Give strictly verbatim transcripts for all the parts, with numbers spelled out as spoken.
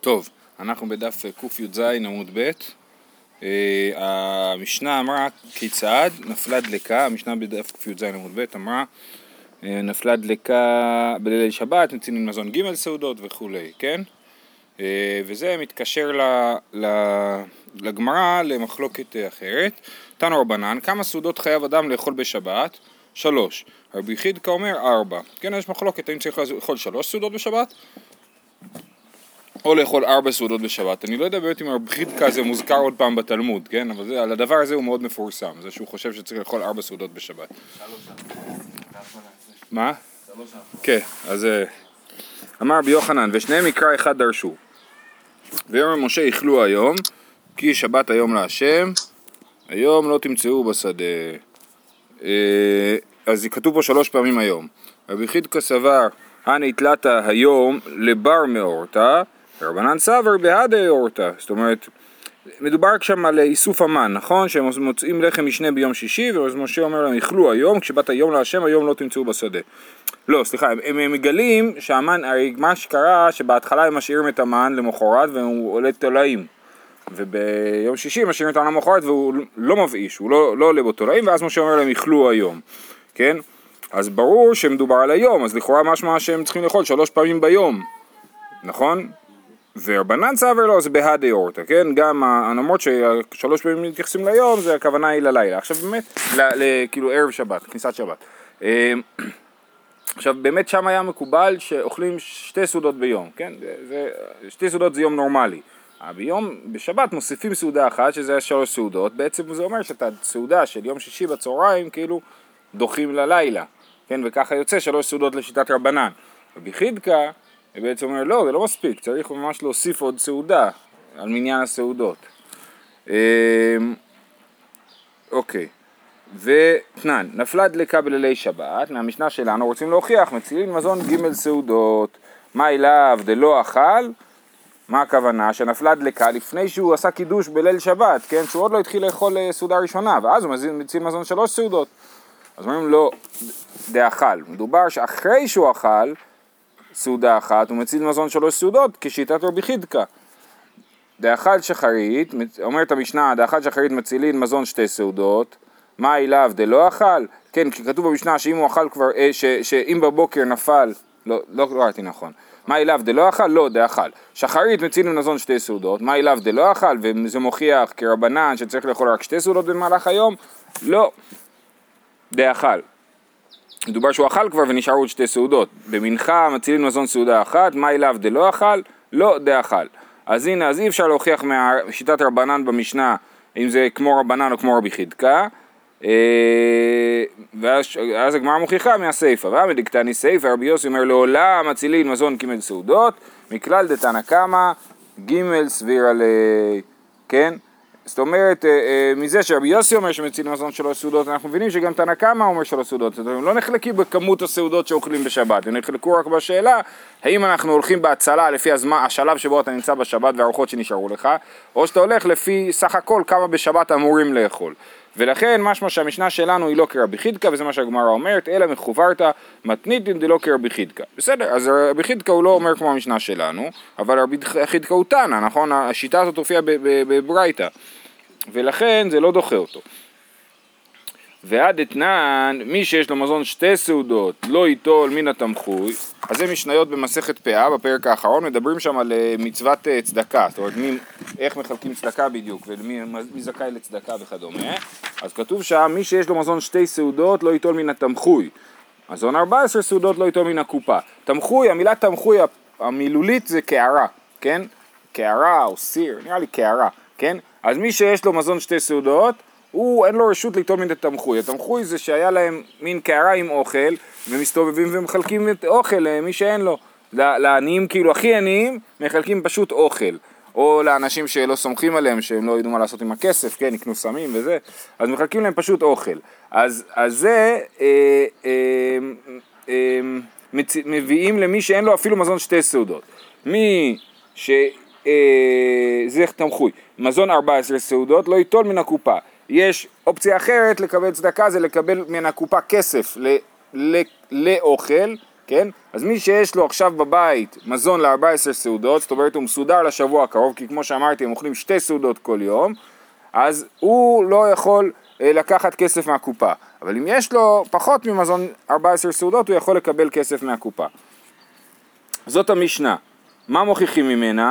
טוב, אנחנו בדף ק"ז עמוד ב'. המשנה אמרה כיצד נפלה דלקה, המשנה בדף ק"ז עמוד ב' אמרה נפלה דלקה בליל שבת, מצילין מזון ג' סעודות וכולי, כן? וזה מתקשר לגמרא למחלוקת אחרת. תנו רבנן, כמה סעודות חייב אדם לאכול בשבת? שלוש. רבי חידקה אומר ארבע. כן, יש מחלוקת, האם צריך לאכול שלוש סעודות בשבת? או לאכול ארבע סעודות בשבת. אני לא יודע באמת אם רבי חידקה זה מוזכר עוד פעם בתלמוד, כן? אבל זה, על הדבר הזה הוא מאוד מפורסם, זה שהוא חושב שצריך לאכול ארבע סעודות בשבת. מה? כן, אז אמר רבי יוחנן, ושניהם מקרא אחד דרשו. ויאמר משה איכלו היום, כי שבת היום להשם, היום לא תמצאו בשדה. אז כתוב פה שלוש פעמים היום. רבי חידקה סבר, הנה התלתה היום לבר מאורתה, ורבנן סבר בהדה אורתה. זאת אומרת, מדובר שם על איסוף המן, נכון? שהם מוצאים לחם משנה ביום שישי, ואז משה אומר להם, איכלו היום, כשבת היום להשם, היום לא תמצאו בשדה. לא, סליחה, הם, הם מגלים שהמן, הרי מה שקרה, שבהתחלה הם משאירים את המן למחרת, והוא עולה תולעים. וביום שישי הם משאירים את המן למחרת, והוא לא מבאיש, הוא לא, לא עולה בתולעים, ואז משה אומר להם, איכלו היום. כן? אז ברור שמדובר על היום, אז לכאורה משמע שהם צריכים לאכול שלוש פעמים ביום. נכון? ורבנן סבר לו זה בהדה אורתא, כן? גם הנמות ששלוש פעמים מתייחסים ליום, זה הכוונה היא ללילה. עכשיו באמת, כאילו ערב שבת, כניסת שבת. עכשיו באמת שם היה מקובל שאוכלים שתי סעודות ביום, כן? זה, שתי סעודות זה יום נורמלי. ביום, בשבת מוסיפים סעודה אחת, שזה שלוש סעודות, בעצם זה אומר שאתה סעודה של יום שישי בצהריים, כאילו דוחים ללילה, כן? וככה יוצא שלוש סעודות לשיטת רבנן. רבי חידקה בעצם אומר, לא, זה לא מספיק, צריך ממש להוסיף עוד סעודה על מניין הסעודות. אוקיי, ותנן, נפלה דלקה בלילי שבת, מהמשנה שלנו רוצים להוכיח, מצילין מזון ג' סעודות, מה אליו דלא אכל, מה הכוונה? שנפלה דלקה לפני שהוא עשה קידוש בליל שבת, כן? שהוא עוד לא התחיל לאכול סעודה ראשונה, ואז הוא מציל מזון שלוש סעודות. אז אומרים לו, דאכל, מדובר שאחרי שהוא אכל, סעודה אחת, הוא מציל מזון שלוש סעודות, כשיטת רבי חידקה. דאכל שחרית, אומרת המשנה, דאכל שחרית מצילין מזון שתי סעודות, מה אליו דלא אכל? כן, כי כתוב במשנה שאם הוא אכל כבר, ש, שאם בבוקר נפל, לא, לא ראיתי נכון, מה אליו דלא אכל? לא, דאכל. שחרית מצילין מזון שתי סעודות, מה אליו דלא אכל? וזה מוכיח כרבנן שצריך לאכול רק שתי סעודות במהלך היום? לא, דאכל. מדובר שהוא אכל כבר ונשארו עוד שתי סעודות. במנחה מצילין מזון סעודה אחת, מה אליו דלא אכל? לא דאכל. אז הנה, אז אי אפשר להוכיח משיטת רבנן במשנה, אם זה כמו רבנן או כמו רבי חידקה, ואז הגמרא מוכיחה מהסייפה. והמדיקתני סייפה, רבי יוסי אומר, לעולם מצילין מזון ג' סעודות, מכלל דתנא קמא, ג' סביר עלי, כן? זאת אומרת, מזה שרבי יוסי אומר שמציל מזון שלוש סעודות, אנחנו מבינים שגם תנא קמא אומר שלוש סעודות. הם לא נחלקים בכמות הסעודות שאוכלים בשבת, הם נחלקו רק בשאלה, האם אנחנו הולכים בהצלה לפי הזמן, השלב שבו אתה נמצא בשבת והארוחות שנשארו לך, או שאתה הולך לפי סך הכל כמה בשבת אמורים לאכול. ולכן משמע שהמשנה שלנו היא לא כרבי חידקה, וזה מה שהגמרא אומרת, אלא מחוברתא מתניתין דלא כרבי חידקה. בסדר, אז רבי חידקה הוא לא אומר כמו המשנה שלנו, אבל רבי חידקה הוא תנא, נכון? השיטה הזאת הופיעה בברייתא, ולכן זה לא דוחה אותו. ועד אתנן, מי שיש לו מזון שתי סעודות, לא ייטול מן התמחוי, אז זה משניות במסכת פאה, בפרק האחרון, מדברים שם על מצוות צדקה, זאת אומרת, מי, איך מחלקים צדקה בדיוק, ומי מי זכאי לצדקה וכדומה. אז כתוב שם, מי שיש לו מזון שתי סעודות, לא ייטול מן התמחוי. מזון ארבע עשרה סעודות, לא ייטול מן הקופה. תמחוי, המילה תמחוי המילולית זה קערה, כן? קערה או סיר, נראה לי קערה, כן? אז מי שיש לו מזון שתי סעודות, הוא אין לו רשות ליטול מן התמחוי. התמחוי זה שהיה להם מין קערה עם אוכל, ומסתובבים ומחלקים את אוכל למי שאין לו. לעניים, כאילו הכי עניים, מחלקים פשוט אוכל. או לאנשים שלא סומכים עליהם, שהם לא ידעו מה לעשות עם הכסף, כן, יקנו סמים וזה, אז מחלקים להם פשוט אוכל. אז, אז זה אה, אה, אה, מצ... מביאים למי שאין לו אפילו מזון שתי סעודות. מי ש... אה, זה תמחוי. מזון ארבע עשרה סעודות, לא ייטול מן הקופה. יש אופציה אחרת לקבל צדקה, זה לקבל מן הקופה כסף ל, ל, לאוכל, כן? אז מי שיש לו עכשיו בבית מזון ל-ארבע עשרה סעודות, זאת אומרת הוא מסודר לשבוע הקרוב, כי כמו שאמרתי הם אוכלים שתי סעודות כל יום, אז הוא לא יכול אה, לקחת כסף מהקופה. אבל אם יש לו פחות ממזון ארבע עשרה סעודות, הוא יכול לקבל כסף מהקופה. זאת המשנה. מה מוכיחים ממנה?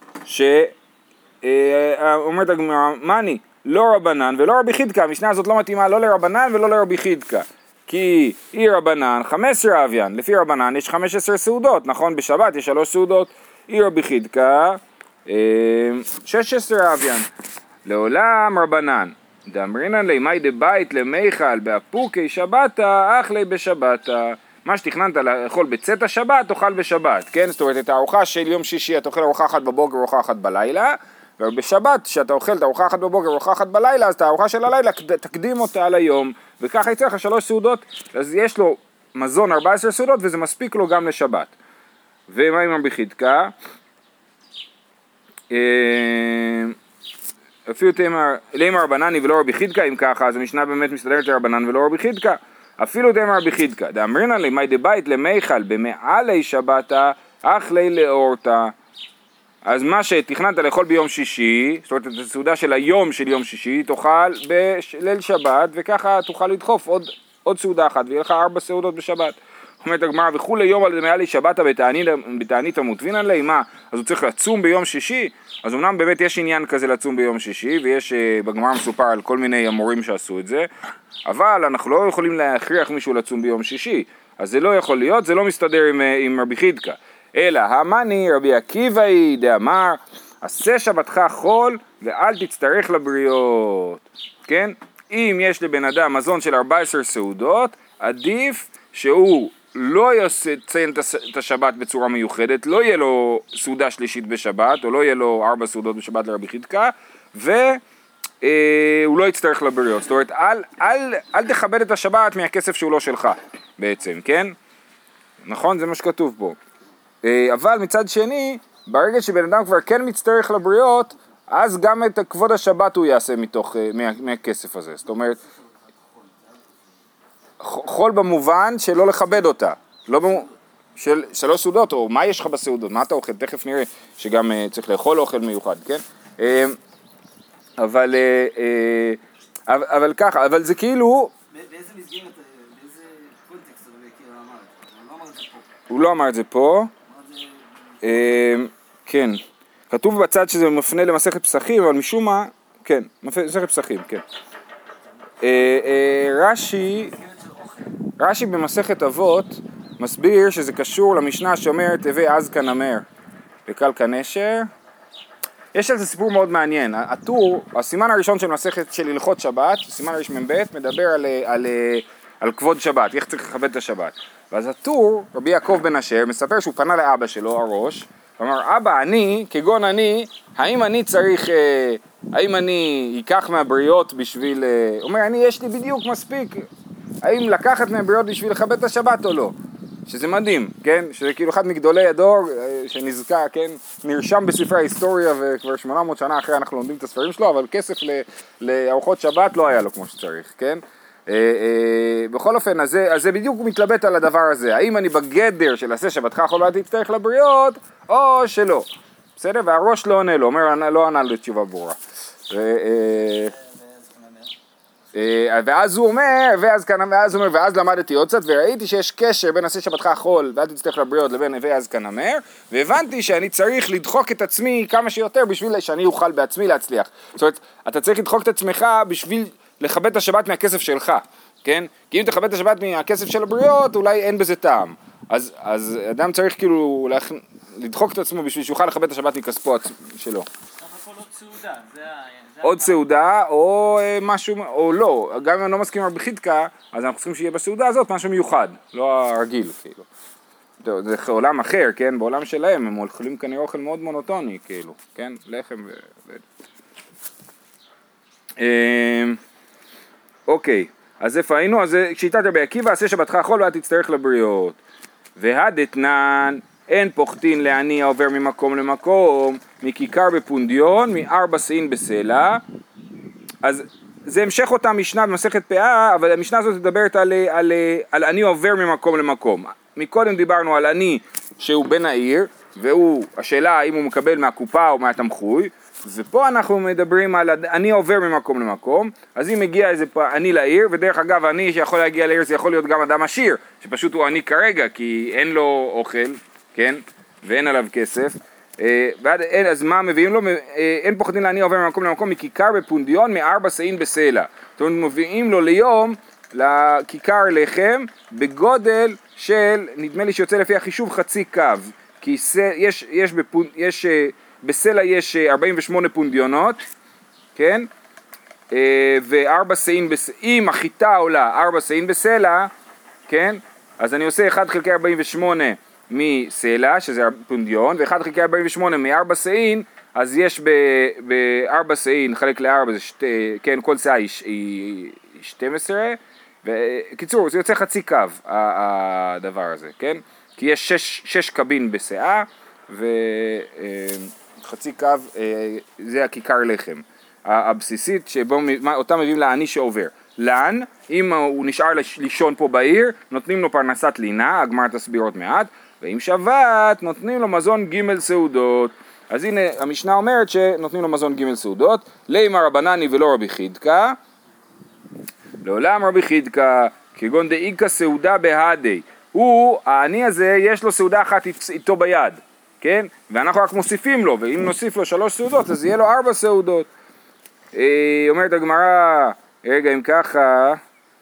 שאומרת הגמרא, מני, לא רבנן ולא רבי חידקה. המשנה הזאת לא מתאימה לא לרבנן ולא לרבי חידקה. כי אי רבנן חמש עשרה אביין, לפי רבנן יש חמש עשרה סעודות, נכון? בשבת יש שלוש סעודות. אי רבי חידקה שש עשרה אביין. לעולם רבנן. דאמרינן לי מי דבית למיכל באפוקי שבתה אך לי בשבתה. מה שתכננת לאכול בצאת השבת תאכל בשבת, כן? זאת אומרת את הארוחה של יום שישי אתה אוכל ארוחה אחת בבוקר ארוחה אחת בלילה, ובשבת שאתה אוכל את הארוחה אחת בבוקר ארוחה אחת בלילה, אז את הארוחה של הלילה תקדים אותה על היום, וככה יצא לך שלוש סעודות, אז יש לו מזון ארבע עשרה סעודות וזה מספיק לו גם לשבת. ומה עם רבי חידקה? אפילו תימא רבנני ולא רבי חידקה, אם ככה אז המשנה באמת מסתדרת לרבנן ולא רבי חידקה. אפילו תימא רבי חידקה, דאמרינן לי מי דבית למיכל במעלי שבתה אך לי לאורתה. אז מה שתכננת לאכול ביום שישי, זאת אומרת את הסעודה של היום של יום שישי, תאכל בליל שבת וככה תוכל לדחוף עוד, עוד סעודה אחת ויהיה לך ארבע סעודות בשבת. אומרת הגמרא וכולי יום על מעלי שבתה בתענית המותבינן לי, מה? אז הוא צריך לצום ביום שישי? אז אמנם באמת יש עניין כזה לצום ביום שישי ויש בגמרא מסופר על כל מיני אמורים שעשו את זה, אבל אנחנו לא יכולים להכריח מישהו לצום ביום שישי, אז זה לא יכול להיות, זה לא מסתדר עם, עם רבי חידקה. אלא המני רבי עקיבאי דאמר עשה שבתך חול ואל תצטרך לבריות, כן? אם יש לבן אדם מזון של ארבע עשרה סעודות, עדיף שהוא לא יציין את השבת בצורה מיוחדת, לא יהיה לו סעודה שלישית בשבת, או לא יהיה לו ארבע סעודות בשבת לרבי חידקה, והוא לא יצטרך לבריות. זאת אומרת, אל, אל, אל תכבד את השבת מהכסף שהוא לא שלך, בעצם, כן? נכון? זה מה שכתוב פה. אבל מצד שני, ברגע שבן אדם כבר כן מצטרך לבריות, אז גם את כבוד השבת הוא יעשה מתוך, מה, מהכסף הזה. זאת אומרת, חול במובן שלא לכבד אותה, לא במובן של שלוש סעודות, או מה יש לך בסעודות, מה אתה אוכל, תכף נראה שגם uh, צריך לאכול אוכל מיוחד, כן? Uh, אבל, uh, uh, אבל, אבל ככה, אבל זה כאילו... באיזה מסגרת, באיזה קונטקסט הוא אמר את זה? הוא לא אמר את זה פה. Uh, כן, כתוב בצד שזה מפנה למסכת פסחים, אבל משום מה, כן, מסכת פסחים, כן. Uh, uh, רש"י... רש"י במסכת אבות מסביר שזה קשור למשנה שאומרת הווי אז כנמר וקל כנשר. יש על זה סיפור מאוד מעניין. הטור, הסימן הראשון של מסכת של הלכות שבת, סימן ראשון מב' מדבר על, על, על כבוד שבת, איך צריך לכבד את השבת. ואז הטור, רבי יעקב בן אשר, מספר שהוא פנה לאבא שלו, הראש, ואמר, אבא, אני, כגון אני, האם אני צריך, האם אני אקח מהבריות בשביל, אומר, אני, יש לי בדיוק מספיק, האם לקחת מהבריות בשביל לכבד את השבת או לא? שזה מדהים, כן? שזה כאילו אחד מגדולי הדור שנזכר, כן? נרשם בספרי ההיסטוריה וכבר שמונה מאות שנה אחרי אנחנו לומדים את הספרים שלו, אבל כסף לארוחות שבת לא היה לו כמו שצריך, כן? בכל אופן, אז זה, אז זה בדיוק מתלבט על הדבר הזה. האם אני בגדר של עשה שבתך חול ואל תצטרך לבריות, או שלא. בסדר? והראש לא עונה לו, אומר, לא ענה לו תשובה ברורה. ואז הוא אומר, ואז כאן, ואז הוא אומר, ואז למדתי עוד קצת, וראיתי שיש קשר בין עשה שבתך חול ואל תצטרך לבריות לבין ואז כנמר, והבנתי שאני צריך לדחוק את עצמי כמה שיותר בשביל שאני אוכל בעצמי להצליח. זאת אומרת, אתה צריך לדחוק את עצמך בשביל לכבד את השבת מהכסף שלך, כן? כי אם תכבד את השבת מהכסף של הבריות, אולי אין בזה טעם. אז, אז אדם צריך כאילו להכ... לדחוק את עצמו בשביל שיוכל לכבד את השבת מכספו שלו. עוד סעודה, זה עוד סעודה או משהו, או לא, גם אם אני לא מסכים רבי חידקה, אז אנחנו צריכים שיהיה בסעודה הזאת משהו מיוחד, לא הרגיל, כאילו. זה עולם אחר, כן? בעולם שלהם הם אוכלים כנראה אוכל מאוד מונוטוני, כאילו, כן? לחם ו... אוקיי, אז איפה היינו? אז כשיטת רבי עקיבא, עשה שבתך חול ואל תצטרך לבריות. והדתנן, אין פוחתין לעני העובר ממקום למקום, מכיכר בפונדיון, מארבע סעין בסלע. אז זה המשך אותה משנה במסכת פאה, אבל המשנה הזאת מדברת על, על, על עני עובר ממקום למקום. מקודם דיברנו על עני שהוא בן העיר, והוא, השאלה האם הוא מקבל מהקופה או מהתמחוי, ופה אנחנו מדברים על עני עובר ממקום למקום, אז אם מגיע איזה עני לעיר, ודרך אגב עני שיכול להגיע לעיר זה יכול להיות גם אדם עשיר, שפשוט הוא עני כרגע כי אין לו אוכל, כן, ואין עליו כסף, ועד, אין, אז מה מביאים לו? אין פוחדים לעני עובר ממקום למקום מכיכר בפונדיון מארבע סעין בסלע, זאת אומרת מביאים לו ליום לכיכר לחם בגודל של, נדמה לי שיוצא לפי החישוב חצי קו, כי יש, יש, בפונ, יש בסלע יש ארבעים ושמונה פונדיונות, כן? וארבע סעין, אם החיטה עולה ארבע סעין בסלע, כן? אז אני עושה אחד חלקי ארבעים ושמונה מסלע, שזה פונדיון, ואחד חלקי ארבעים ושמונה מארבע סעין, אז יש בארבע סעין, חלק לארבע, זה שתי, כן, כל סעה היא שתים עשרה, וקיצור, זה יוצא חצי קו, הדבר הזה, כן? כי יש שש, שש קבין בסעה, וחצי קו זה הכיכר לחם הבסיסית שבו אותה מביאים לעני שעובר. לן, אם הוא נשאר לישון פה בעיר, נותנים לו פרנסת לינה, הגמרא תסביר עוד מעט, ואם שבת נותנים לו מזון ג' סעודות. אז הנה המשנה אומרת שנותנים לו מזון ג' סעודות, לימא רבנני ולא רבי חידקה, לעולם רבי חידקה, כגון דאיכא סעודה בהדי, הוא, העני הזה, יש לו סעודה אחת איתו ביד, כן? ואנחנו רק מוסיפים לו, ואם נוסיף לו שלוש סעודות, אז יהיה לו ארבע סעודות. אומרת הגמרא, רגע אם ככה,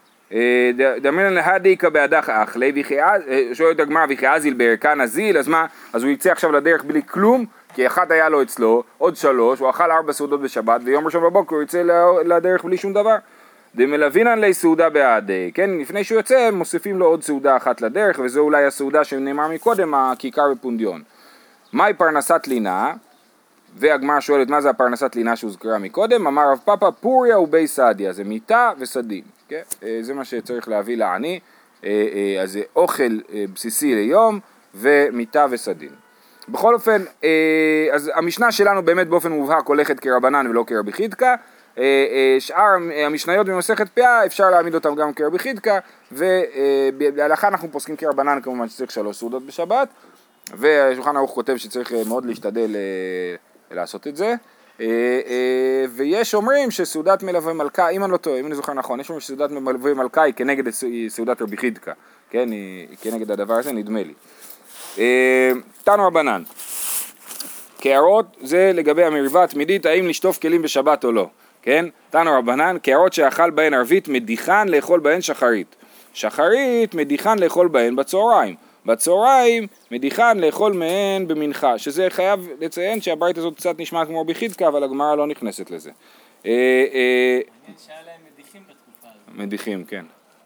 דמינן להדיקה בעדך אחלי, שואלת הגמרא וכי בערכן הזיל, אז מה? אז הוא יצא עכשיו לדרך בלי כלום, כי אחד היה לו אצלו, עוד שלוש, הוא אכל ארבע סעודות בשבת, ויום ראשון בבוקר הוא יצא לדרך בלי שום דבר. דמלווינן לי סעודה בעדי, כן? לפני שהוא יוצא, מוסיפים לו עוד סעודה אחת לדרך, וזו אולי הסעודה שנאמר מקודם, הכיכר בפונדיון. מהי פרנסת לינה? והגמרא שואלת מה זה הפרנסת לינה שהוזכרה מקודם, אמר רב פאפא פוריה ובי סעדיה, זה מיטה וסדין, כן? זה מה שצריך להביא לעני, אז זה אוכל בסיסי ליום ומיטה וסדין. בכל אופן, אז המשנה שלנו באמת באופן מובהק הולכת כרבנן ולא כרבי חידקה, שאר המשניות במסכת פאה אפשר להעמיד אותם גם כרבי חידקה, ובהלכה אנחנו פוסקים כרבנן כמובן שצריך שלוש סעודות בשבת, והשולחן ערוך כותב שצריך מאוד להשתדל לעשות את זה, ויש אומרים שסעודת מלווה מלכה, אם אני לא טועה, אם אני זוכר נכון, יש אומרים שסעודת מלווה מלכה היא כנגד סעודת רבי חידקה, כן, היא כנגד הדבר הזה, נדמה לי. תנו רבנן, קערות זה לגבי המריבה התמידית, האם לשטוף כלים בשבת או לא, כן? תנו רבנן, קערות שאכל בהן ערבית מדיחן לאכול בהן שחרית, שחרית מדיחן לאכול בהן בצהריים, בצהריים מדיחן לאכול מהן במנחה, שזה חייב לציין שהברייתא הזאת קצת נשמעת כמו רבי חידקה, אבל הגמרא לא נכנסת לזה. מעניין שהיה להם מדיחים בתקופה הזאת. מדיחים, כן.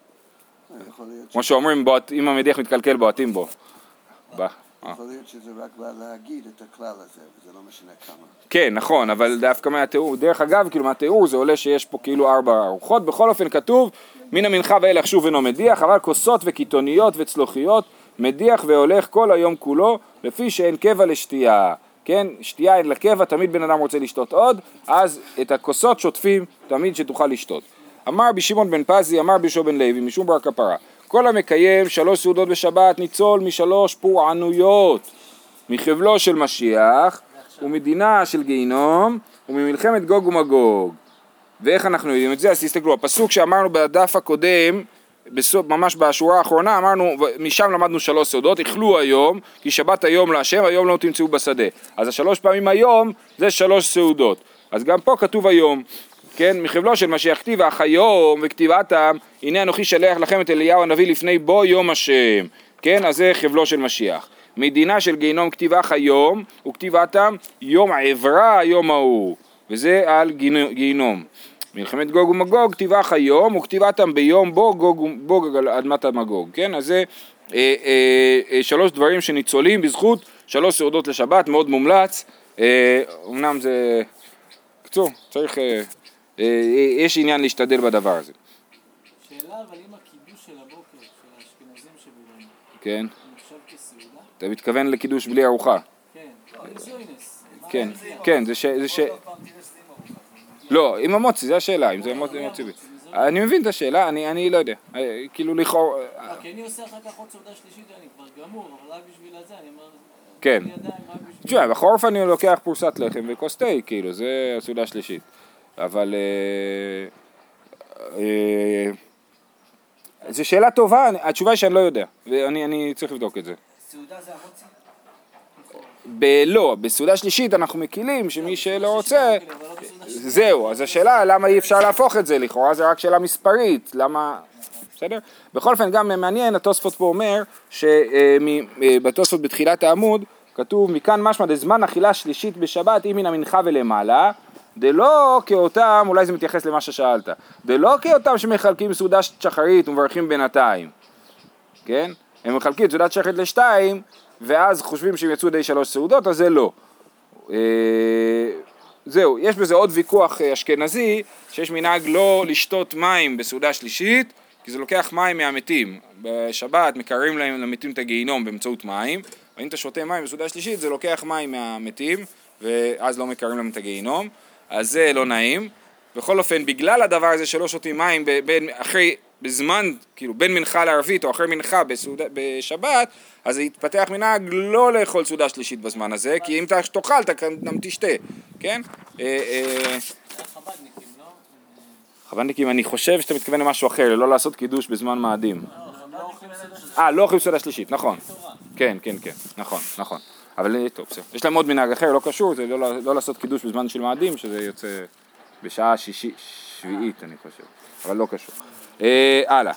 כמו שאומרים, אם המדיח מתקלקל בועטים בו. יכול להיות שזה רק בא להגיד את הכלל הזה, וזה לא משנה כמה. כן, נכון, אבל דווקא מהתיאור, דרך אגב, כאילו מהתיאור זה עולה שיש פה כאילו ארבע ארוחות, בכל אופן כתוב, מן המנחה ואילך שוב אינו מדיח, אבל כוסות וקיתוניות וצלוחיות, מדיח והולך כל היום כולו, לפי שאין קבע לשתייה, כן, שתייה אין לקבע, תמיד בן אדם רוצה לשתות עוד, אז את הכוסות שוטפים, תמיד שתוכל לשתות. אמר רבי שמעון בן פזי, אמר רבי יהושע בן לוי, משום בר כפרה, כל המקיים שלוש סעודות בשבת ניצול משלוש פורענויות, מחבלו של משיח, ומדינה של גיהינום, וממלחמת גוג ומגוג. ואיך אנחנו יודעים את זה? אז תסתכלו, הפסוק שאמרנו בדף הקודם, בסוף, ממש בשורה האחרונה, אמרנו, משם למדנו שלוש סעודות, אכלו היום, כי שבת היום להשם, היום לא תמצאו בשדה. אז השלוש פעמים היום, זה שלוש סעודות. אז גם פה כתוב היום, כן, מחבלו של משיח כתיב, אך היום וכתיבתם, הנה אנוכי שלח לכם את אליהו הנביא לפני בו יום השם. כן, אז זה חבלו של משיח. מדינה של גיהינום כתיבה היום, וכתיבתם יום עברה יום ההוא. וזה על גיהינום. מלחמת גוג ומגוג כתיבה היום, וכתיבתם ביום בו גוג, בו על אדמת המגוג. כן, אז זה אה, אה, אה, שלוש דברים שניצולים בזכות שלוש סעודות לשבת, מאוד מומלץ. אה, אמנם זה, קצור, צריך, אה, אה, יש עניין להשתדל בדבר הזה. שאלה, אבל אם הקידוש של הבוקר, של האשכנזים שבולנו, כן. נחשב כסעודה? אתה מתכוון לקידוש בלי ארוחה? כן, זוינס. כן, כן, זה ש... זה ש... לא, עם המוצי, זה השאלה, אם זה מוצי בי. אני מבין את השאלה, אני, אני לא יודע, כאילו לכאורה... כי אני עושה אחר כך עוד סעודה שלישית, אני כבר גמור, אבל רק בשביל הזה, אני אומר... כן. תשמע, בחורף אני לוקח פרוסת לחם וכוס תה, כאילו, זה הסעודה השלישית. אבל... זו שאלה טובה, התשובה היא שאני לא יודע, ואני צריך לבדוק את זה. סעודה זה המוציא? לא, בסעודה שלישית אנחנו מקילים שמי שלא רוצה, זהו, אז השאלה למה אי אפשר להפוך את זה, לכאורה זה רק שאלה מספרית, למה, בסדר? בכל אופן גם מעניין, התוספות פה אומר, שבתוספות בתחילת העמוד, כתוב מכאן משמע דזמן אכילה שלישית בשבת אם מן המנחה ולמעלה, דלא כאותם, אולי זה מתייחס למה ששאלת, דלא כאותם שמחלקים סעודה שחרית ומברכים בינתיים, כן? הם מחלקים סעודת שחרית לשתיים, ואז חושבים שהם יצאו די שלוש סעודות, אז זה לא. זהו, יש בזה עוד ויכוח אשכנזי, שיש מנהג לא לשתות מים בסעודה שלישית, כי זה לוקח מים מהמתים. בשבת מקררים להם למתים את הגיהינום באמצעות מים, ואם אתה שותה מים בסעודה שלישית, זה לוקח מים מהמתים, ואז לא מקררים להם את הגיהינום, אז זה לא נעים. בכל אופן, בגלל הדבר הזה שלא שותים מים בין, אחרי, בזמן, כאילו, בין מנחה לערבית או אחרי מנחה בסעודה, בשבת, אז זה יתפתח מנהג לא לאכול סעודה שלישית בזמן הזה, כי אם אתה תאכל, אתה גם תשתה, כן? חבדניקים, לא? חבדניקים, אני חושב שאתה מתכוון למשהו אחר, לא לעשות קידוש בזמן מאדים. אה, לא אוכלים סעודה שלישית, נכון. כן, כן, כן, נכון, נכון. אבל טוב, בסדר. יש להם עוד מנהג אחר, לא קשור, זה לא לעשות קידוש בזמן של מאדים, שזה יוצא בשעה שביעית, אני חושב, אבל לא קשור. הלאה.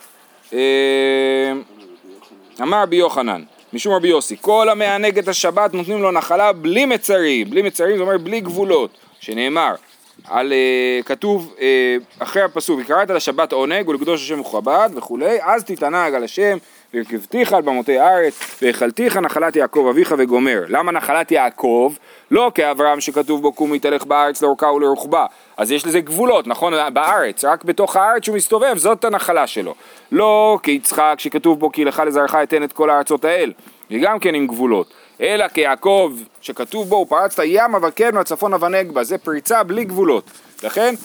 אמר רבי יוחנן, משום רבי יוסי, כל המענג את השבת נותנים לו נחלה בלי מצרים, בלי מצרים זה אומר בלי גבולות, שנאמר, על, כתוב אחרי הפסוק, וקראת על השבת עונג ולקדוש השם מכובד וכולי, אז תתענג על השם והרכבתיך על במותי הארץ והאכלתיך נחלת יעקב אביך וגומר. למה נחלת יעקב? לא כאברהם שכתוב בו קום יתהלך בארץ לאורכה ולרוחבה, אז יש לזה גבולות, נכון? בארץ, רק בתוך הארץ שהוא מסתובב, זאת הנחלה שלו. לא כיצחק שכתוב בו כי לך לזרעך אתן את כל הארצות האל, וגם כן עם גבולות. אלא כיעקב שכתוב בו ופרצת ים אבקנו הצפון אבנגבה, זה פריצה בלי גבולות. לכן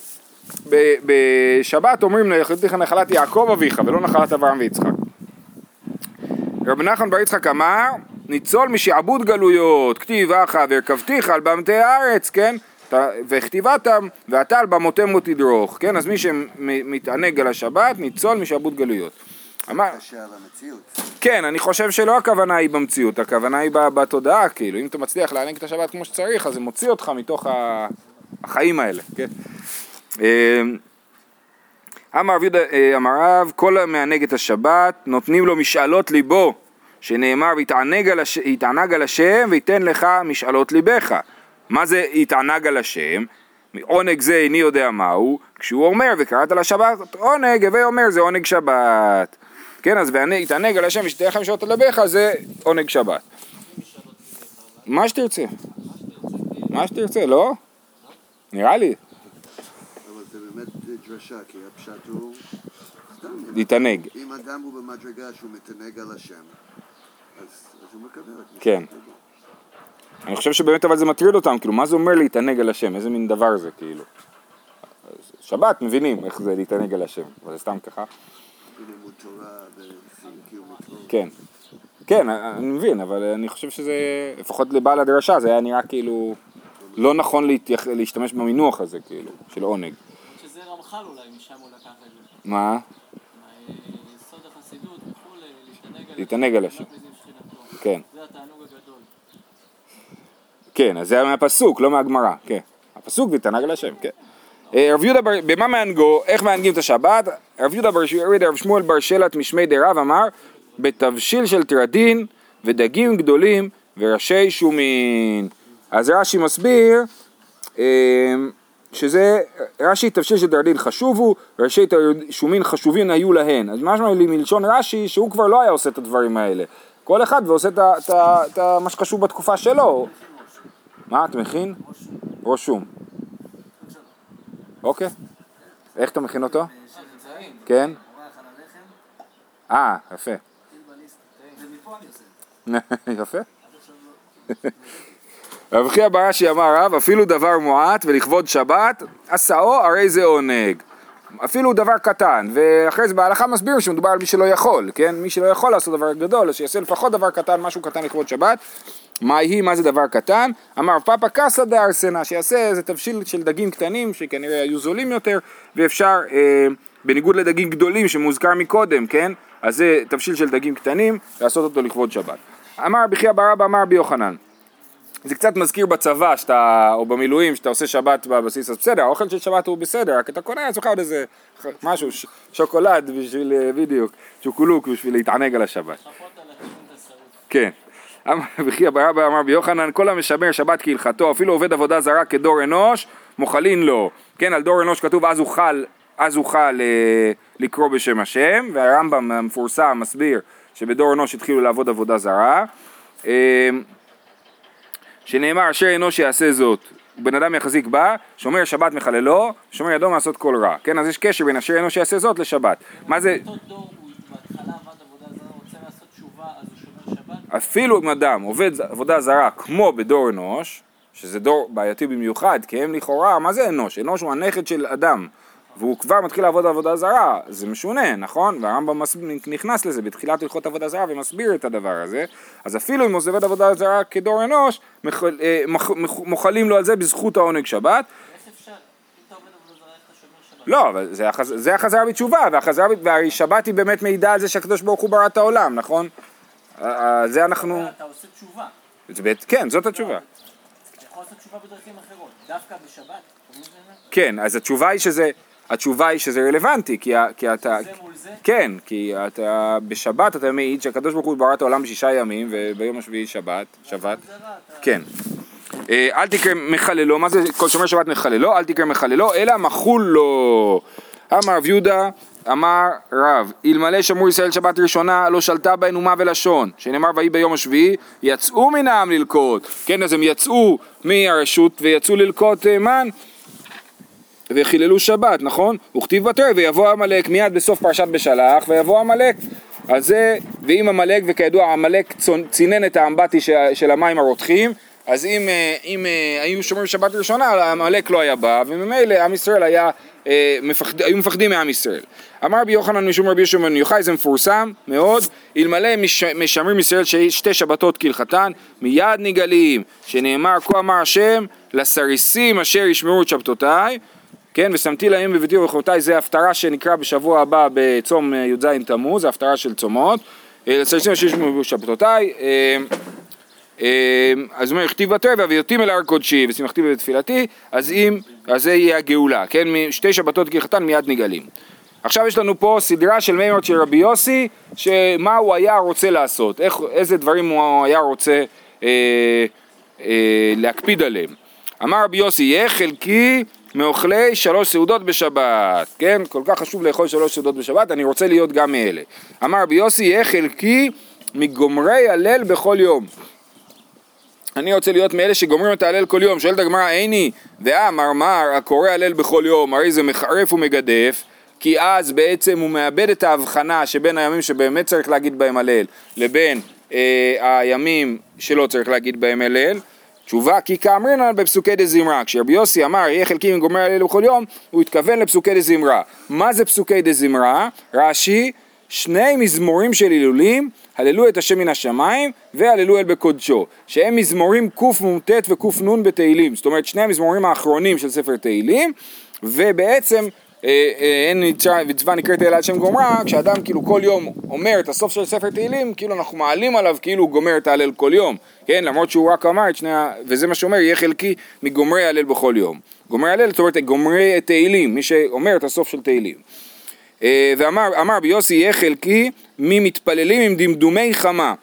בשבת אומרים לאכלתיך נחלת יעקב אביך ולא נחלת אברהם ויצחק. רבי נחמן בר יצחק אמר ניצול משעבוד גלויות, כתיבך והרכבתיך על במתי הארץ, כן? וכתיבתם ואתה על במותי מות תדרוך, כן? אז מי שמתענג על השבת ניצול משעבוד גלויות. אמר, כן, אני חושב שלא הכוונה היא במציאות, הכוונה היא בתודעה, כאילו, אם אתה מצליח להענג את השבת כמו שצריך, אז זה מוציא אותך מתוך החיים האלה, כן? אמר רב, כל המענג את השבת, נותנים לו משאלות ליבו, שנאמר, יתענג על השם ויתן לך משאלות ליבך. מה זה יתענג על השם? עונג זה איני יודע מהו, כשהוא אומר, וקראת על השבת עונג, הווה אומר, זה עונג שבת. כן, אז יתענג על השם ושתהיה לך משאלות ליבך, זה עונג שבת. מה שתרצה. מה שתרצה, לא? נראה לי. אבל זה באמת דרשה, כי הפשט הוא... להתענג. אם אדם הוא במדרגה שהוא מתענג על השם, אז הוא מקבל את זה. כן. אני חושב שבאמת אבל זה מטריד אותם, כאילו, מה זה אומר להתענג על השם? איזה מין דבר זה, כאילו? שבת, מבינים איך זה להתענג על השם, אבל זה סתם ככה. לימוד תורה וקיום מצוות. כן. כן, אני מבין, אבל אני חושב שזה, לפחות לבעל הדרשה, זה היה נראה כאילו לא נכון להשתמש במינוח הזה, כאילו, של עונג. שזה רמח"ל אולי, משם הוא לקח את זה. מה? יסוד החסידות, וכו' להתענג על השם. כן. זה התענוג הגדול. כן, אז זה היה מהפסוק, לא מהגמרא, כן. הפסוק והתענג על השם, כן. רב יהודה, במה מענגו, איך מענגים את השבת? רב יהודה רב שמואל בר שלט משמי דרב אמר, בתבשיל של טרדין ודגים גדולים וראשי שומין. אז רש"י מסביר שזה, רש"י תבשיל של טרדין חשוב הוא, וראשי שומין חשובים היו להן. אז משמע לי מלשון רש"י שהוא כבר לא היה עושה את הדברים האלה. כל אחד ועושה את מה שקשור בתקופה שלו. מה, אתה מכין? ראש שום. אוקיי. איך אתה מכין אותו? כן. אה, יפה. יפה. רב חייא בר אשי אמר רב, אפילו דבר מועט ולכבוד שבת, עשאו הרי זה עונג. אפילו דבר קטן, ואחרי זה בהלכה מסביר שמדובר על מי שלא יכול, כן? מי שלא יכול לעשות דבר גדול, אז שיעשה לפחות דבר קטן, משהו קטן לכבוד שבת. מה היא, מה זה דבר קטן? אמר פאפה קסה דארסנה, שיעשה איזה תבשיל של דגים קטנים, שכנראה היו זולים יותר, ואפשר, אה, בניגוד לדגים גדולים שמוזכר מקודם, כן? אז זה תבשיל של דגים קטנים, לעשות אותו לכבוד שבת. אמר בחייא בר אבא אמר ביוחנן. זה קצת מזכיר בצבא שאתה, או במילואים, שאתה עושה שבת בבסיס, אז בסדר, האוכל של שבת הוא בסדר, רק אתה קונה לעצמך עוד איזה משהו, ש- שוקולד בשביל, בדיוק, שוקולוק בשביל להתענג על השבת. כן. אמר בחייא בר אבא אמר ביוחנן, כל המשמר שבת כהלכתו, אפילו עובד עבודה זרה כדור אנוש, מוחלין לו. כן, על דור אנוש כתוב, אז אוכל, אז אוכל אה, לקרוא בשם השם, והרמב"ם המפורסם מסביר שבדור אנוש התחילו לעבוד עבודה זרה. אה, שנאמר אשר אנוש יעשה זאת, בן אדם יחזיק בה, שומר שבת מחללו, שומר ידו מעשות כל רע. כן, אז יש קשר בין אשר אנוש יעשה זאת לשבת. מה זה? אותו דור הוא בהתחלה עבד עבודה זרה, רוצה לעשות תשובה, אז הוא שומר שבת? אפילו אם אדם עובד עבודה זרה כמו בדור אנוש, שזה דור בעייתי במיוחד, כי הם לכאורה, מה זה אנוש? אנוש הוא הנכד של אדם, והוא כבר מתחיל לעבוד עבודה זרה, זה משונה, נכון? והרמב"ם נכנס לזה בתחילת הלכות עבודה זרה ומסביר את הדבר הזה, אז אפילו אם עובד עבודה זרה כדור אנוש, מוחלים לו על זה בזכות העונג שבת. איך אפשר? אם אתה עובד עבודה זרה, איך אתה שומר שבת? לא, אבל זה, החז... זה החזרה בתשובה, והחזרה, והשבת היא באמת מעידה על זה שהקדוש ברוך הוא ברא את העולם, נכון? זה אנחנו... אתה עושה תשובה. זה בית... כן, זאת התשובה. אתה יכול לעשות תשובה בדרכים אחרות, דווקא בשבת. כן, אז התשובה היא שזה... התשובה היא שזה רלוונטי, כי, כי אתה... זה מול זה? כן, כי אתה... בשבת אתה מעיד שהקדוש ברוך הוא ברא את העולם בשישה ימים, וביום השביעי שבת, שבת. כן. אל תקרא מחללו, מה זה כל שומר שבת מחללו? אל תקרא מחללו, אלא מחול לו. אמר רב יהודה, אמר רב, אלמלא שמרו ישראל שבת ראשונה, לא שלטה בהן אומה ולשון, שנאמר ויהי ביום השביעי, יצאו מן העם ללקוט. כן, אז הם יצאו מהרשות ויצאו ללקוט מן, וחיללו שבת, נכון? וכתיב בתורה, ויבוא המלאק מיד בסוף פרשת בשלח, ויבוא המלאק. אז זה, ואם המלאק, וכידוע המלאק צינן את האמבטי של המים הרותחים, אז אם, אם היו שומרים שבת ראשונה, המלאק לא היה בא, וממילא עם ישראל היה, מפחד, היו מפחדים מעם ישראל. אמר רבי יוחנן משום רבי יהושע בן יוחאי, זה מפורסם מאוד, אלמלא משמרים ישראל שתי שבתות כהלכתן, מיד נגלים, שנאמר כה אמר השם, לסריסים אשר ישמרו את שבתותיי, כן, ושמתי להם בביתי וברכותיי, זה הפטרה שנקרא בשבוע הבא בצום י"ז תמוז, זה הפטרה של צומות, לסריסים אשר ישמרו את שבתותיי, אז הוא אומר, הכתיב בתורה, והביאותים אל הר קודשי, ושמחתי בתפילתי, אז אם, אז זה יהיה הגאולה, כן, שתי שבתות כהלכתן מיד נגלים. עכשיו יש לנו פה סדרה של מימות של רבי יוסי, שמה הוא היה רוצה לעשות, איך, איזה דברים הוא היה רוצה אה, אה, להקפיד עליהם. אמר רבי יוסי, יהיה חלקי מאוכלי שלוש סעודות בשבת, כן, כל כך חשוב לאכול שלוש סעודות בשבת, אני רוצה להיות גם מאלה. אמר רבי יוסי, יהיה חלקי מגומרי הלל בכל יום. אני רוצה להיות מאלה שגומרים את ההלל כל יום. שואלת הגמרא, איני ואמר מר הקורא הלל בכל יום, הרי זה מחרף ומגדף, כי אז בעצם הוא מאבד את ההבחנה שבין הימים שבאמת צריך להגיד בהם הלל, לבין אה, הימים שלא צריך להגיד בהם הלל. תשובה, כי כאמרינן בפסוקי דזמרה, כשרבי יוסי אמר יהיה חלקי מגומרי הלל בכל יום, הוא התכוון לפסוקי דזמרה. מה זה פסוקי דזמרה? רש"י, שני מזמורים של הילולים, הללו את השם מן השמיים והללו אל בקודשו, שהם מזמורים קמ"ט וקנ"ן בתהילים, זאת אומרת שני המזמורים האחרונים של ספר תהילים, ובעצם אין מצווה נקראת אלא על שם גומרה, כשאדם כאילו כל יום אומר את הסוף של ספר תהילים, כאילו אנחנו מעלים עליו כאילו הוא גומר את ההלל כל יום, כן, למרות שהוא רק אמר את שני, וזה מה שאומר, יהיה חלקי מגומרי ההלל בכל יום. גומרי ההלל, זאת אומרת גומרי תהילים, מי שאומר את הסוף של תהילים. ואמר אמר ביוסי יהיה חלקי ממתפללים עם דמדומי חמה.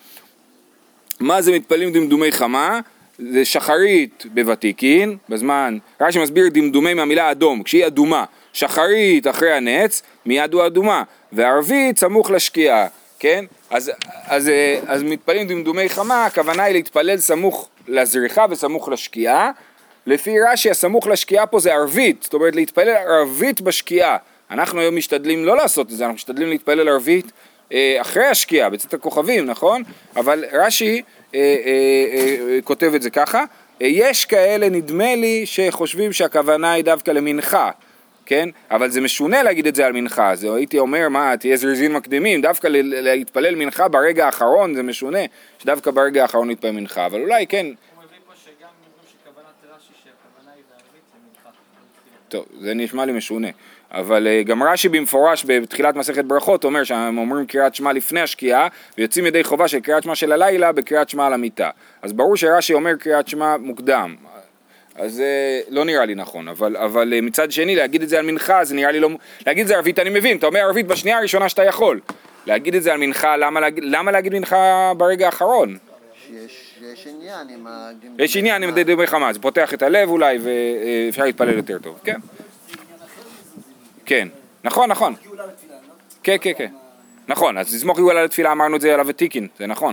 מה זה מתפללים עם דמדומי חמה? זה שחרית בוותיקין, בזמן, רש"י מסביר דמדומי מהמילה אדום, כשהיא אדומה, שחרית אחרי הנץ, מיד הוא אדומה, וערבית סמוך לשקיעה, כן? אז, אז, אז מתפללים דמדומי חמה, הכוונה היא להתפלל סמוך לזריחה וסמוך לשקיעה, לפי רש"י הסמוך לשקיעה פה זה ערבית, זאת אומרת להתפלל ערבית בשקיעה, אנחנו היום משתדלים לא לעשות את זה, אנחנו משתדלים להתפלל ערבית אה, אחרי השקיעה, בצאת הכוכבים, נכון? אבל רש"י אה, אה, אה, כותב את זה ככה, אה, יש כאלה נדמה לי שחושבים שהכוונה היא דווקא למנחה, כן? אבל זה משונה להגיד את זה על מנחה, אז הייתי אומר, מה, תהיה זריזים מקדימים, דווקא להתפלל מנחה ברגע האחרון, זה משונה, שדווקא ברגע האחרון להתפלל מנחה, אבל אולי כן. הוא מביא פה שגם אומרים שכוונת רש"י שהכוונה היא בערבית למנחה. טוב, זה נשמע לי משונה, אבל uh, גם רש"י במפורש בתחילת מסכת ברכות אומר שהם אומרים קריאת שמע לפני השקיעה ויוצאים ידי חובה של קריאת שמע של הלילה בקריאת שמע על המיטה, אז ברור שרש"י אומר קריאת שמע מוקדם, אז זה uh, לא נראה לי נכון, אבל, אבל uh, מצד שני להגיד את זה על מנחה זה נראה לי לא, להגיד את זה ערבית אני מבין, אתה אומר ערבית בשנייה הראשונה שאתה יכול, להגיד את זה על מנחה, למה, להגיד, למה להגיד מנחה ברגע האחרון? שיש, יש עניין עם ה... יש עניין עם דמי חמה, זה פותח את הלב אולי ואפשר להתפלל יותר טוב, כן? כן, נכון, נכון. כן, כן, כן. נכון, אז לסמוך גאולה לתפילה אמרנו את זה על הוותיקין, זה נכון.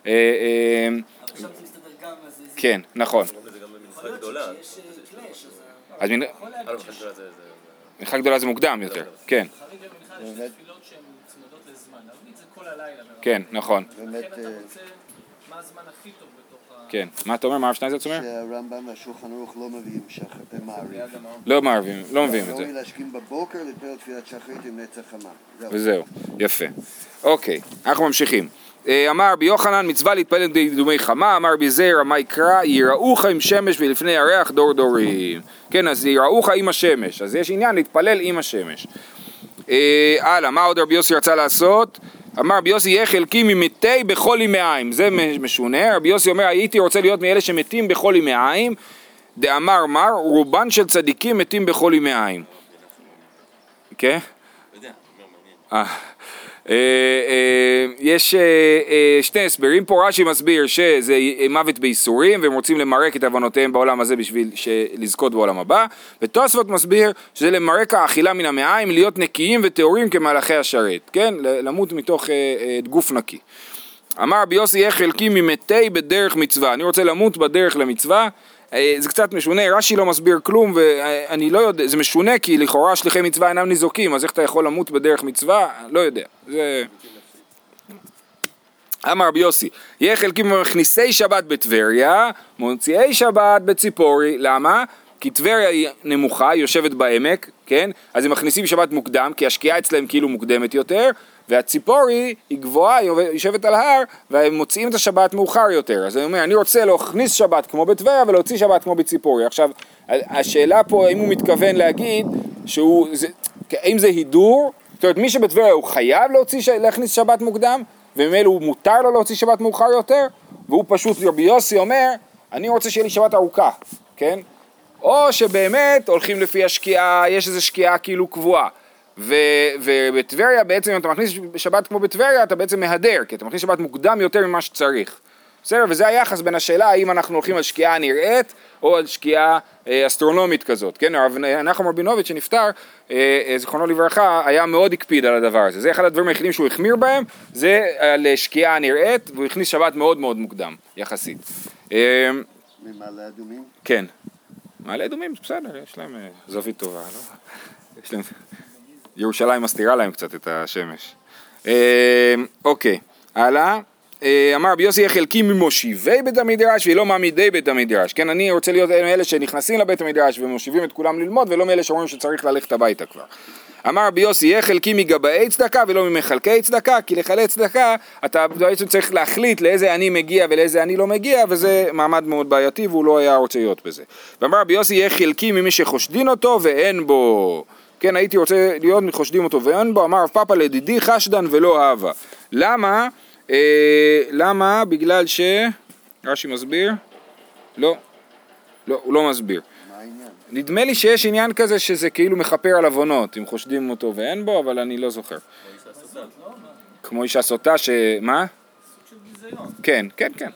כן, נכון. אז מנחה גדולה זה מוקדם יותר, כן. כן, נכון. באמת... מה הזמן הכי טוב בתוך ה... כן, מה אתה אומר? מה הרב שנייזלץ אומר? שהרמב"ם והשולחן ערוך לא מביאים שחר במעריב. לא מערבים, לא מביאים את זה. ראוי להשכים בבוקר להתפלל תפילת שחרית עם נצח חמה. וזהו, יפה. אוקיי, אנחנו ממשיכים. אמר רבי יוחנן מצווה להתפלל דמי חמה, אמר רבי זעיר מה יקרא יראוך עם שמש ולפני ירח דור דורים. כן, אז יראוך עם השמש, אז יש עניין להתפלל עם השמש. הלאה, מה עוד רבי יוסי רצה לעשות? אמר רבי יוסי יהיה חלקי ממתי בכל ימי העין, זה משונה, רבי יוסי אומר הייתי רוצה להיות מאלה שמתים בכל ימי העין, דאמר מר רובן של צדיקים מתים בכל ימי העין. כן? יש שני הסברים פה, רש"י מסביר שזה מוות בייסורים והם רוצים למרק את עוונותיהם בעולם הזה בשביל לזכות בעולם הבא, ותוספות מסביר שזה למרק האכילה מן המעיים, להיות נקיים וטהורים כמלאכי השרת, כן? למות מתוך גוף נקי. אמר רבי יוסי יהיה חלקי ממתי בדרך מצווה, אני רוצה למות בדרך למצווה, זה קצת משונה, רש"י לא מסביר כלום ואני לא יודע, זה משונה כי לכאורה שליחי מצווה אינם ניזוקים, אז איך אתה יכול למות בדרך מצווה? לא יודע. זה... אמר רבי יוסי, יהיה חלקים מכניסי שבת בטבריה, מוציאי שבת בציפורי, למה? כי טבריה היא נמוכה, היא יושבת בעמק, כן? אז הם מכניסים שבת מוקדם, כי השקיעה אצלהם כאילו מוקדמת יותר, והציפורי היא גבוהה, היא יושבת על ההר, והם מוציאים את השבת מאוחר יותר. אז אני אומר, אני רוצה להכניס שבת כמו בטבריה, ולהוציא שבת כמו בציפורי. עכשיו, השאלה פה, האם הוא מתכוון להגיד, שהוא, זה, האם זה הידור? זאת אומרת, מי שבטבריה הוא חייב להוציא, להכניס שבת מוקדם, וממילא הוא מותר לו להוציא שבת מאוחר יותר, והוא פשוט, רבי יוסי אומר, אני רוצה שיהיה לי שבת ארוכה, כן? או שבאמת הולכים לפי השקיעה, יש איזו שקיעה כאילו קבועה. ובטבריה בעצם אם אתה מכניס שבת כמו בטבריה אתה בעצם מהדר, כי אתה מכניס שבת מוקדם יותר ממה שצריך. בסדר? וזה היחס בין השאלה האם אנחנו הולכים על שקיעה נראית או על שקיעה אה, אסטרונומית כזאת. כן, נחום רבינוביץ' שנפטר, אה, זכרונו לברכה, היה מאוד הקפיד על הדבר הזה. זה אחד הדברים היחידים שהוא החמיר בהם, זה על שקיעה נראית, והוא הכניס שבת מאוד מאוד מוקדם, יחסית. אה, ממעלה אדומים? כן. מעלה אדומים, בסדר, יש להם אה, זווית טובה, לא? יש להם... ירושלים מסתירה להם קצת את השמש. אוקיי, הלאה. אמר רבי יוסי חלקי ממושיבי בית המדרש ולא מעמידי בית המדרש. כן, אני רוצה להיות אלה שנכנסים לבית המדרש ומושיבים את כולם ללמוד ולא מאלה שאומרים שצריך ללכת הביתה כבר. אמר רבי יוסי יהיה חלקי מגבאי צדקה ולא ממחלקי צדקה, כי לחלק צדקה אתה בעצם צריך להחליט לאיזה אני מגיע ולאיזה אני לא מגיע, וזה מעמד מאוד בעייתי והוא לא היה רוצה להיות בזה. ואמר רבי יוסי יהיה חלקי ממי שחושדין אותו ואין בו. כן, הייתי רוצה להיות מחושדים אותו ואין בו, אמר רב פאפא לדידי חשדן ולא אהבה. למה? אה, למה? בגלל ש... רש"י מסביר? לא, לא, הוא לא מסביר. מה העניין? נדמה לי שיש עניין כזה שזה כאילו מחפר על עוונות, אם חושדים אותו ואין בו, אבל אני לא זוכר. כמו אישה סוטה, ש... מה? כן, כן, כן.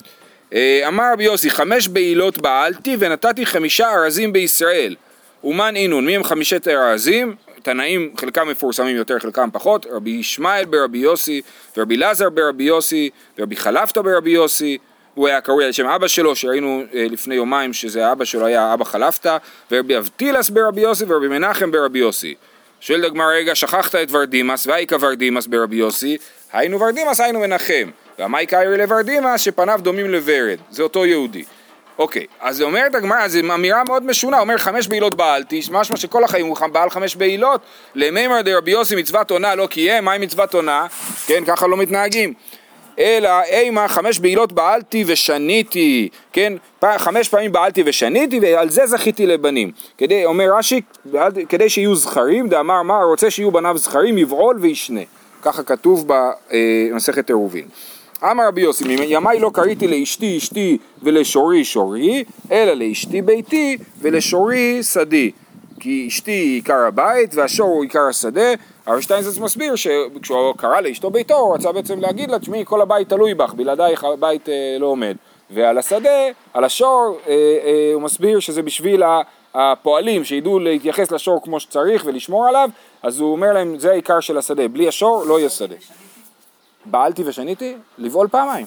אמר רבי יוסי, חמש בעילות בעלתי ונתתי חמישה ארזים בישראל. ומן אינון, מי הם חמישת הארזים? תנאים, חלקם מפורסמים יותר, חלקם פחות. רבי ישמעאל ברבי יוסי, ורבי לזר ברבי יוסי, ורבי חלפתא ברבי יוסי. הוא היה קרוי על שם אבא שלו, שראינו לפני יומיים שזה אבא שלו היה אבא חלפתא, ורבי אבטילס ברבי יוסי, ורבי מנחם ברבי יוסי. שואל דגמר רגע, שכחת את ורדימס, והיכה ורדימס ברבי יוסי, היינו ורדימס, היינו מנחם. והמאי קיירי לוורדימס, שפניו דומים לוורד. זה אותו יהודי. אוקיי, אז זה אומרת הגמרא, זו אמירה מאוד משונה, אומר חמש בעילות בעלתי, משמע שכל החיים הוא בעל חמש בעילות, למימר דרבי יוסי מצוות עונה לא קיים, מהי מצוות עונה? כן, ככה לא מתנהגים. אלא אימה חמש בעילות בעלתי ושניתי, כן, חמש פעמים בעלתי ושניתי ועל זה זכיתי לבנים. כדי, אומר רש"י, כדי שיהיו זכרים, דאמר מה, רוצה שיהיו בניו זכרים, יבעול וישנה. ככה כתוב במסכת עירובין. אמר רבי יוסי, ימי לא קראתי לאשתי אשתי ולשורי שורי, אלא לאשתי ביתי ולשורי שדי. כי אשתי היא עיקר הבית והשור הוא עיקר השדה. הרב שטיינזלץ מסביר שכשהוא קרא לאשתו ביתו הוא רצה בעצם להגיד לה, תשמעי, כל הבית תלוי בך, בלעדייך הבית אה, לא עומד. ועל השדה, על השור, אה, אה, הוא מסביר שזה בשביל הפועלים שידעו להתייחס לשור כמו שצריך ולשמור עליו, אז הוא אומר להם, זה העיקר של השדה, בלי השור לא יהיה שדה. בעלתי ושניתי? לבעול פעמיים.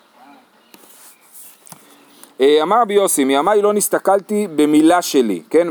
אמר רבי יוסי, מימי לא נסתכלתי במילה שלי, כן,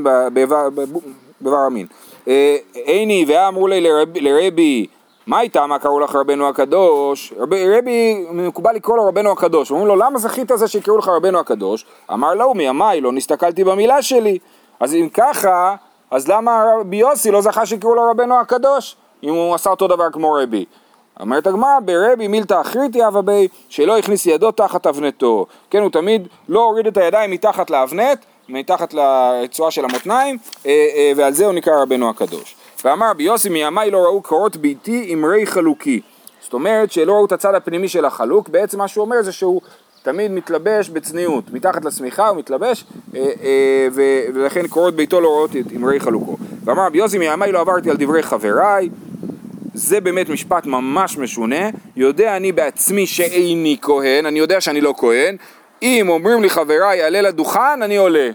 בבר המין. איני ואמרו לי לרבי, מה הייתה, מה קראו לך רבנו הקדוש? רבי מקובל לקרוא לו רבנו הקדוש, אומרים לו, למה זכית זה שיקראו לך רבנו הקדוש? אמר לו, מימי לא נסתכלתי במילה שלי. אז אם ככה, אז למה רבי יוסי לא זכה שיקראו לו רבנו הקדוש? אם הוא עשה אותו דבר כמו רבי. אומרת הגמרא, ברבי מילתא אחריתי אבא בי, שלא הכניס ידו תחת אבנתו. כן, הוא תמיד לא הוריד את הידיים מתחת לאבנת, מתחת לצועה של המותניים, ועל זה הוא נקרא רבנו הקדוש. ואמר רבי יוסי, מימי לא ראו קורות ביתי אמרי חלוקי. זאת אומרת שלא ראו את הצד הפנימי של החלוק, בעצם מה שהוא אומר זה שהוא תמיד מתלבש בצניעות, מתחת לשמיכה הוא מתלבש, ולכן קורות ביתו לא רואות את אמרי חלוקו. ואמר רבי יוסי, מימי לא עברתי על דברי חבריי, זה באמת משפט ממש משונה, יודע אני בעצמי שאיני כהן, אני יודע שאני לא כהן, אם אומרים לי חבריי עלה לדוכן, אני עולה.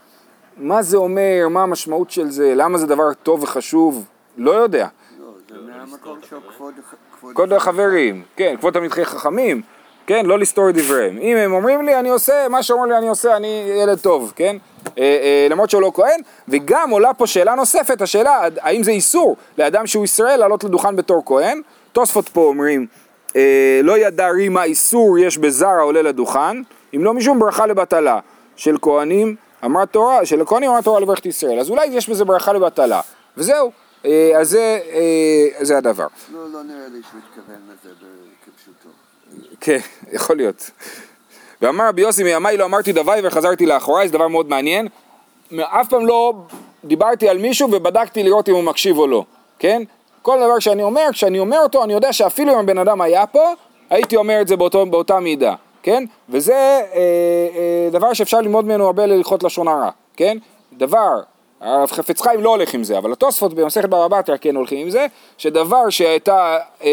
מה זה אומר, מה המשמעות של זה, למה זה דבר טוב וחשוב, לא יודע. לא, זה מהמקום של כבוד, כבוד החברים, כן, כבוד תלמידי חכמים, כן, לא לסתור את דבריהם. אם הם אומרים לי אני עושה, מה שאומרים לי אני עושה, אני ילד טוב, כן? אה, אה, למרות שהוא לא כהן, וגם עולה פה שאלה נוספת, השאלה, האם זה איסור לאדם שהוא ישראל לעלות לדוכן בתור כהן? תוספות פה אומרים, אה, לא ידע רימה איסור יש בזר העולה לדוכן, אם לא משום ברכה לבטלה של כהנים, אמרה תורה, של הכהנים אמרה תורה לברכת ישראל, אז אולי יש בזה ברכה לבטלה, וזהו, אה, אז זה, אה, זה הדבר. לא, לא נראה לי שהוא התכוון לזה כפשוטו. כן, יכול להיות. ואמר רבי יוסי, מימי לא אמרתי דווי וחזרתי לאחוריי, זה דבר מאוד מעניין. אף פעם לא דיברתי על מישהו ובדקתי לראות אם הוא מקשיב או לא, כן? כל דבר שאני אומר, כשאני אומר אותו, אני יודע שאפילו אם הבן אדם היה פה, הייתי אומר את זה באותו, באותה מידה, כן? וזה אה, אה, דבר שאפשר ללמוד ממנו הרבה ללכות לשון הרע, כן? דבר, חפץ חיים לא הולך עם זה, אבל התוספות במסכת בבא בתרא כן הולכים עם זה, שדבר שהייתה, אה,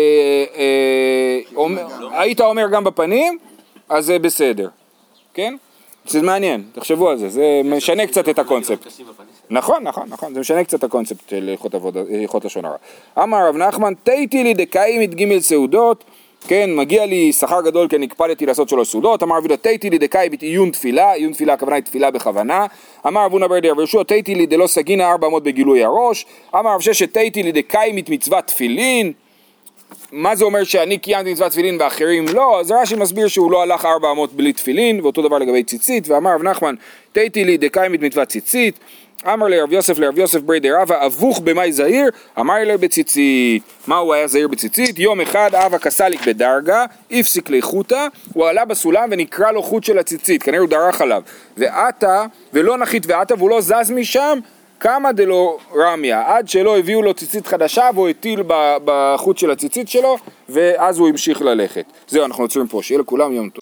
אה, אומר, היית אומר גם בפנים, אז זה בסדר, כן? זה מעניין, תחשבו על זה, זה משנה קצת את הקונספט. נכון, נכון, נכון, זה משנה קצת את הקונספט של הלכות לשון הרע. אמר רב נחמן, תיתי לי דקאי מתגימל סעודות, כן, מגיע לי שכר גדול כי אני הקפדתי לעשות שלוש סעודות. אמר רב יהודה, תיתי לי דקאי בעיון תפילה, עיון תפילה הכוונה היא תפילה בכוונה. אמר רב הונא בר דרבי יהושע, תיתי לי דלא סגינה ארבע אמות בגילוי הראש. אמר רב ששת, תיתי לי דקאי מצוות תפילין. מה זה אומר שאני קיימתי מצוות תפילין ואחרים לא? אז רש"י מסביר שהוא לא הלך ארבע אמות בלי תפילין, ואותו דבר לגבי ציצית. ואמר רב נחמן, תיתי לי דקאי מצוות ציצית. אמר לרב יוסף לרב יוסף ברי דרבא, אבוך במאי זהיר, אמר לי בציצית. מה הוא היה זהיר בציצית? יום אחד אבא קסליק בדרגה, הפסיק לחוטה, הוא עלה בסולם ונקרא לו חוט של הציצית, כנראה הוא דרך עליו. ועתה, ולא נחית ועתה, והוא לא זז משם, כמה דלא רמיה, עד שלא הביאו לו ציצית חדשה, והוא הטיל בחוט של הציצית שלו, ואז הוא המשיך ללכת. זהו, אנחנו עוצרים פה, שיהיה לכולם יום טוב.